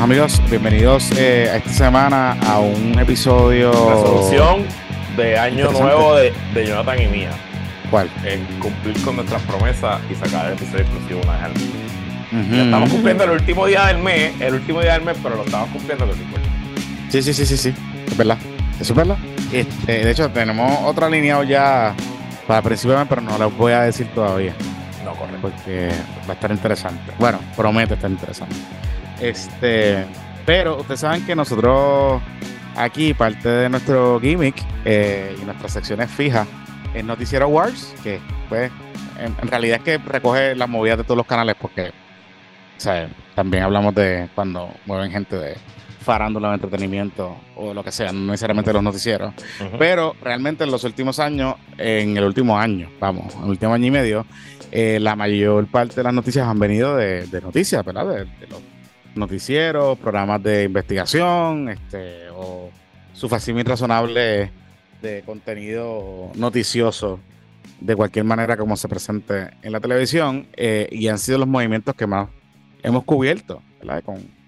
amigos, bienvenidos a esta semana a un episodio... Resolución de año interesante. nuevo de Jonathan y mía. ¿Cuál? Cumplir con nuestras promesas y sacar el episodio exclusivo una vez al mes. Uh-huh. Ya estamos cumpliendo el último día del mes, pero lo estamos cumpliendo con 50. Sí, es verdad, eso es verdad. De hecho, tenemos otra alineado ya para principio de mes, pero no les voy a decir todavía. No, correcto. Porque va a estar interesante. Bueno, promete estar interesante. Pero ustedes saben que nosotros aquí, parte de nuestro gimmick y nuestras secciones fijas, el Noticiero Awards, que pues en realidad es que recoge las movidas de todos los canales, porque o sea, también hablamos de cuando mueven gente de farándula, de entretenimiento o lo que sea, no necesariamente los noticieros. Uh-huh. Pero realmente en los últimos años, en el último año, en el último año y medio, la mayor parte de las noticias han venido de noticias, ¿verdad? De los noticieros, programas de investigación, o su facimil razonable de contenido noticioso de cualquier manera como se presente en la televisión, y han sido los movimientos que más hemos cubierto, ¿verdad?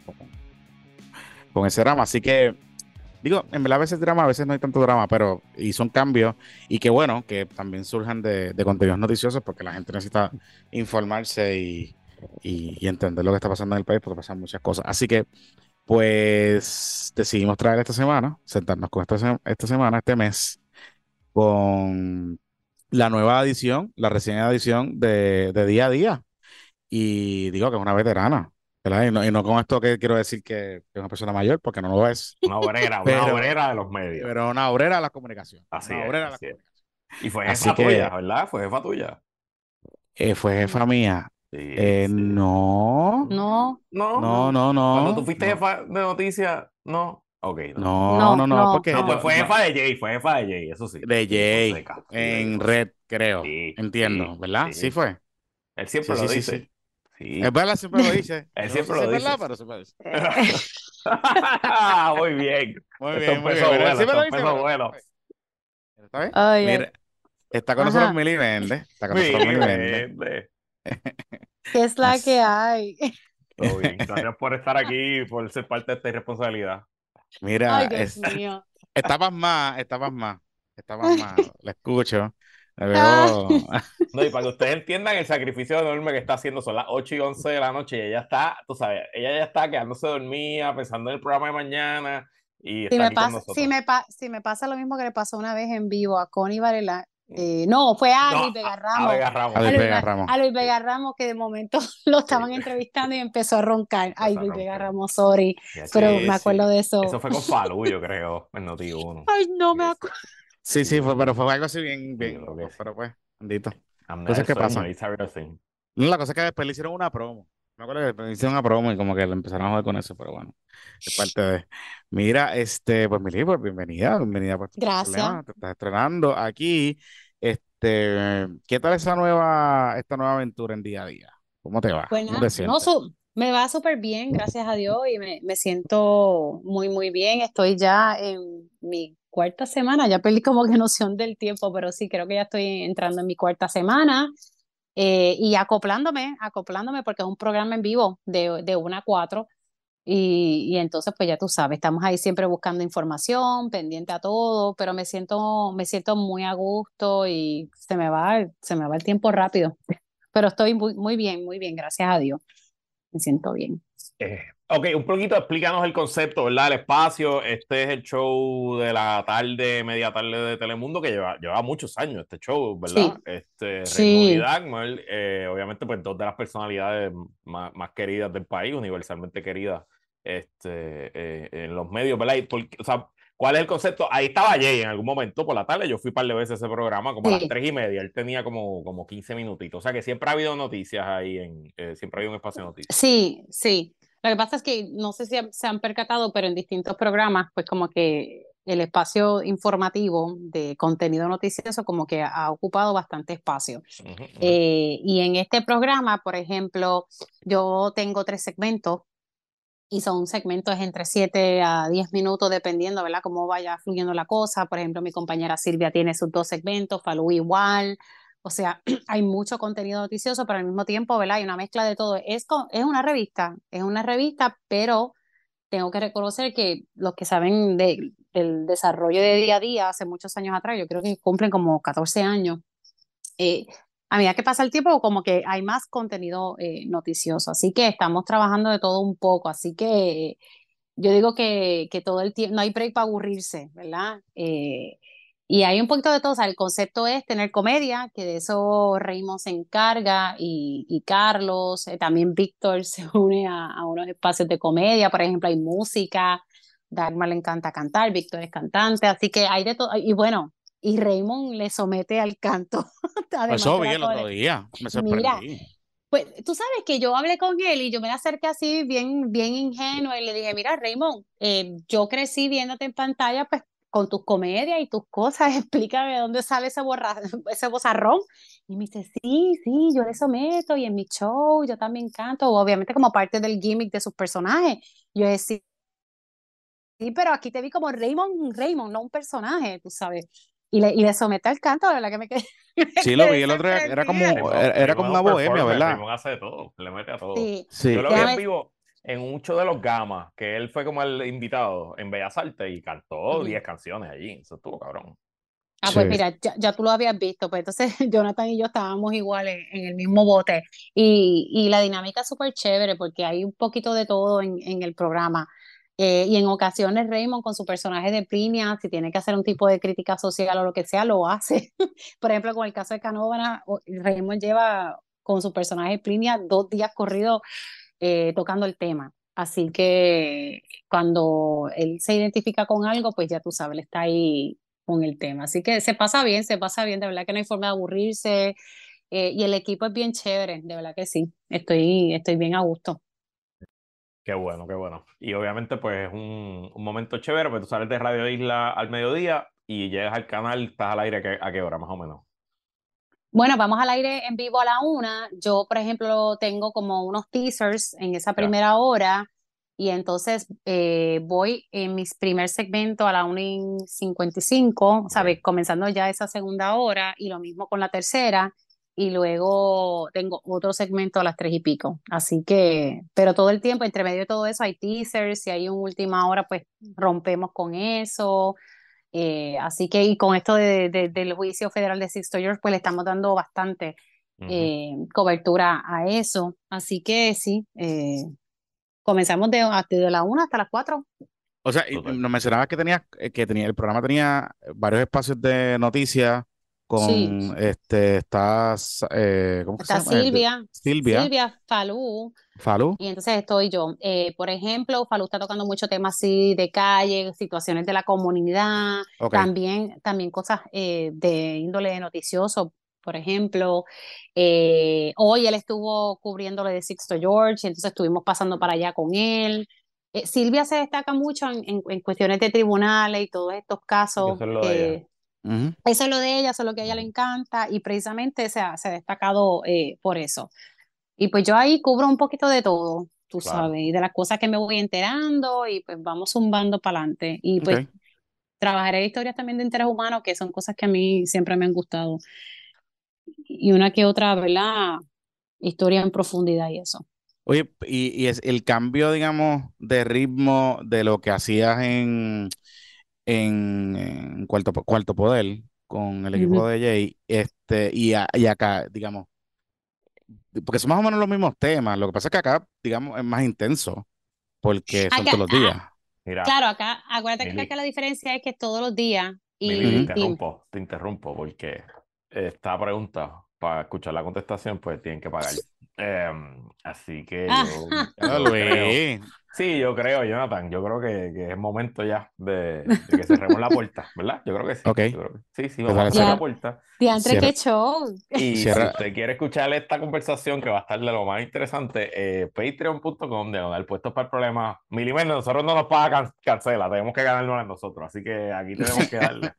Con ese drama. Así que, digo, en verdad a veces drama, a veces no hay tanto drama, pero y son cambios, y qué bueno que también surjan de contenidos noticiosos, porque la gente necesita informarse y entender lo que está pasando en el país, porque pasan muchas cosas. Así que, pues, decidimos traer esta semana, sentarnos con esta semana, este mes, con la nueva edición, la recién edición de Día a Día. Y digo que es una veterana, ¿verdad? Y no con esto que quiero decir que es una persona mayor, porque no lo es. Una obrera de los medios. Pero una obrera de la comunicación. Así Una es, obrera de la así es. comunicación. Y fue Así jefa que tuya, ¿verdad? Fue jefa tuya. fue jefa mía. Sí. No, No, Cuando tú no. fuiste jefa de noticias, no. Ok, no. No, porque No, pues yo, fue jefa de Jay, eso sí. de Sí, Jay Fonseca. Sí, de Jay en Fonseca. Red, creo. Sí, Entiendo, sí, ¿verdad? Sí sí. fue. Él siempre lo dice. Sí. Es Sí, verdad, siempre lo dice. él Yo no sé siempre si lo es dice. verdad, pero siempre lo dice. Muy bien. Muy Esto bien, muy bien. empezó Pero él bueno, siempre esto lo dice, empezó bueno. ¿está bien? Ay, Mira, está con nosotros ajá, Mili Méndez. Está con Muy nosotros Mili Méndez. bien. ¿qué es la que Así- hay? Todo bien. Gracias por estar aquí, por ser parte de esta irresponsabilidad. Mira, Ay, Dios mío. está pasmada, la escucho, la Ah, veo. No, y para que ustedes entiendan el sacrificio enorme que está haciendo, son las 8:11 de la noche y ella está, tú sabes, ella ya está quedándose dormida, pensando en el programa de mañana y si está me aquí con pasa, nosotros. si me pasa lo mismo que le pasó una vez en vivo a Connie Varela, no, fue a No, Luis Vega a Ramos, Vega Ramos. A a Luis Luis, Vega Ramos. a Luis Vega Ramos, que de momento lo estaban Sí. entrevistando y empezó a roncar. Ay, Empezó a Luis Vega roncar. Ramos, sorry, pero me Sí. acuerdo de Eso eso. fue con Falú, yo creo, en Noti1. Ay, no me Sí, acuerdo. Sí, pero fue algo así bien, yo creo que sí. pero pues, bendito. Amnesia Cosas del que sueño, pasan. it's a real thing. No, la cosa es que después le hicieron una promo. Me acuerdo que después le hicieron una promo y como que le empezaron a joder con eso, pero bueno, es parte de... Mira, pues Mili, pues bienvenida por tu Gracias. problema, te estás estrenando aquí. ¿Qué tal esta nueva aventura en Día a Día? ¿Cómo te va? ¿Cómo te Buena, no, sientes? me va súper bien, gracias a Dios, y me siento muy, muy bien. Estoy ya en mi cuarta semana, ya perdí como que noción del tiempo, pero sí, creo que ya estoy entrando en mi cuarta semana, y acoplándome, porque es un programa en vivo de 1 a 4, y entonces pues ya tú sabes, estamos ahí siempre buscando información, pendiente a todo, pero me siento muy a gusto y se me va el tiempo rápido, pero estoy muy bien, gracias a Dios. Me siento bien. Ok, un poquito explícanos el concepto, ¿verdad? El espacio. Este es el show de la tarde, media tarde de Telemundo, que lleva muchos años este show, ¿verdad? Sí, Raymond y sí, Dagmar, obviamente, pues dos de las personalidades más queridas del país, universalmente queridas en los medios, ¿verdad? O sea, ¿cuál es el concepto? Ahí estaba Jay en algún momento por la tarde. Yo fui un par de veces a ese programa, como a las sí, 3:30. Él tenía como 15 minutitos. O sea que siempre ha habido noticias ahí, siempre ha habido un espacio de noticias. sí, sí. Lo que pasa es que no sé si se han percatado, pero en distintos programas, pues como que el espacio informativo de contenido noticioso como que ha ocupado bastante espacio. Ujú. Y en este programa, por ejemplo, yo tengo 3 segmentos y son segmentos entre 7 a 10 minutos, dependiendo, ¿verdad?, cómo vaya fluyendo la cosa. Por ejemplo, mi compañera Silvia tiene sus 2 segmentos, Falú igual. O sea, hay mucho contenido noticioso, pero al mismo tiempo, ¿verdad?, hay una mezcla de todo. Es una revista, pero tengo que reconocer que los que saben del desarrollo de día a día, hace muchos años atrás, yo creo que cumplen como 14 años, eh, a medida que pasa el tiempo, como que hay más contenido noticioso. Así que estamos trabajando de todo un poco. Así que yo digo que todo el tiempo, no hay break para aburrirse, ¿verdad? Y hay un poquito de todo. O sea, el concepto es tener comedia, que de eso Raymond se encarga y Carlos, también Víctor se une a unos espacios de comedia. Por ejemplo, hay música. Dagmar le encanta cantar, Víctor es cantante, así que hay de todo. Y bueno, y Raymond le somete al canto, además Eso de vi la el otro comedia. día, me Mira, sorprendí. pues tú sabes que yo hablé con él y yo me le acerqué así bien, bien ingenua y le dije, mira, Raymond, yo crecí viéndote en pantalla pues con tus comedias y tus cosas, explícame de dónde sale ese bozarrón. Y me dice, sí, sí, yo le someto y en mi show yo también canto, obviamente como parte del gimmick de sus personajes. Yo decía, sí, pero aquí te vi como Raymond, no un personaje, tú sabes. Y le somete al canto, de verdad que me quedé, me Sí, lo vi quedé el otro día, era sorprendida. como, era Raymond como es una un bohemia, performer, ¿verdad? Raymond hace de todo, le mete a todo. Sí, Yo Sí. lo vi en déjame. vivo en un show de los Gamas, que él fue como el invitado en Bellas Artes y cantó Ujú. 10 canciones allí. Eso estuvo cabrón. Ah, pues Sí. mira, ya tú lo habías visto, pues entonces Jonathan y yo estábamos igual en el mismo bote y la dinámica es súper chévere porque hay un poquito de todo en el programa. Y en ocasiones Raymond con su personaje de Plinia, si tiene que hacer un tipo de crítica social o lo que sea, lo hace. Por ejemplo, con el caso de Canóvana, Raymond lleva con su personaje de Plinia 2 días corridos tocando el tema. Así que cuando él se identifica con algo, pues ya tú sabes, él está ahí con el tema. Así que se pasa bien, de verdad que no hay forma de aburrirse. Y el equipo es bien chévere, de verdad que sí. Estoy bien a gusto. Qué bueno, qué bueno. Y obviamente, pues es un momento chévere, pues tú sales de Radio Isla al mediodía y llegas al canal, estás al aire a qué hora, más o menos. Bueno, vamos al aire en vivo a la 1. Yo, por ejemplo, tengo como unos teasers en esa Ya. primera hora y entonces voy en mis primer segmento a la 1:55, ¿sabes? Ok. Comenzando ya esa segunda hora y lo mismo con la tercera y luego tengo otro segmento a las 3:00 y pico. Así que, pero todo el tiempo, entre medio de todo eso, hay teasers. Si hay una última hora, pues rompemos con eso. Así que, y con esto del juicio federal de Sixto George, pues le estamos dando bastante Ujú. cobertura a eso. Así que sí, comenzamos desde la 1 hasta las 4. O sea, y Brutal. nos mencionabas el programa tenía varios espacios de noticias Sí, con ¿cómo que se está llama? Silvia, Silvia, Falú, Falú. y entonces estoy yo. Por ejemplo, Falú está tocando mucho temas así de calle, situaciones de la comunidad, Ok. también cosas de índole noticioso. Por ejemplo, hoy él estuvo cubriendo lo de Sixto George, y entonces estuvimos pasando para allá con él. Silvia se destaca mucho en cuestiones de tribunales y todos estos Sí, que casos. eso es lo de ella. Ujú. Eso es lo de ella, eso es lo que a ella le Ujú. encanta y precisamente se ha destacado por eso. Y pues yo ahí cubro un poquito de todo, tú Claro. sabes, y de las cosas que me voy enterando y pues vamos zumbando para adelante. Y pues Ok. trabajaré historias también de interés humano, que son cosas que a mí siempre me han gustado. Y una que otra, ¿verdad? Historia en profundidad y eso. Oye, y es el cambio, digamos, de ritmo de lo que hacías en Cuarto Poder con el equipo Ujú. de Jay, y acá, digamos, porque son más o menos los mismos temas. Lo que pasa es que acá, digamos, es más intenso porque son todos Acá, los días. Mira, claro, acá, acuérdate que acá Mili, la diferencia es que es todos los días Mili, y dime. te interrumpo porque esta pregunta, para escuchar la contestación, pues tienen que pagar. Así que Ah, yo creo, Luis. sí, yo creo, Jonathan, yo creo que es momento ya de que cerremos la puerta, ¿verdad? Yo creo que sí, Ok, yo creo que sí, sí, pues vamos a dale, cerrar la cierra, puerta. Diantre, qué cierra, show. Y si cierra. usted quiere escuchar esta conversación que va a estar de lo más interesante, patreon.com, de donde puestos para el problema. Milimedio, nosotros no nos paga cancela, tenemos que ganarnos a nosotros, así que aquí tenemos que darle.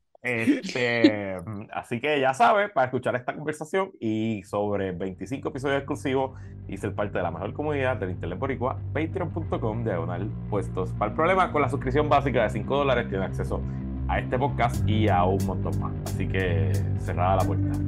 Así que ya sabe, para escuchar esta conversación y sobre 25 episodios exclusivos y ser parte de la mejor comunidad del Internet Boricua, patreon.com/puestos para el problema. Con la suscripción básica de $5 tiene acceso a este podcast y a un montón más. Así que cerrada la puerta.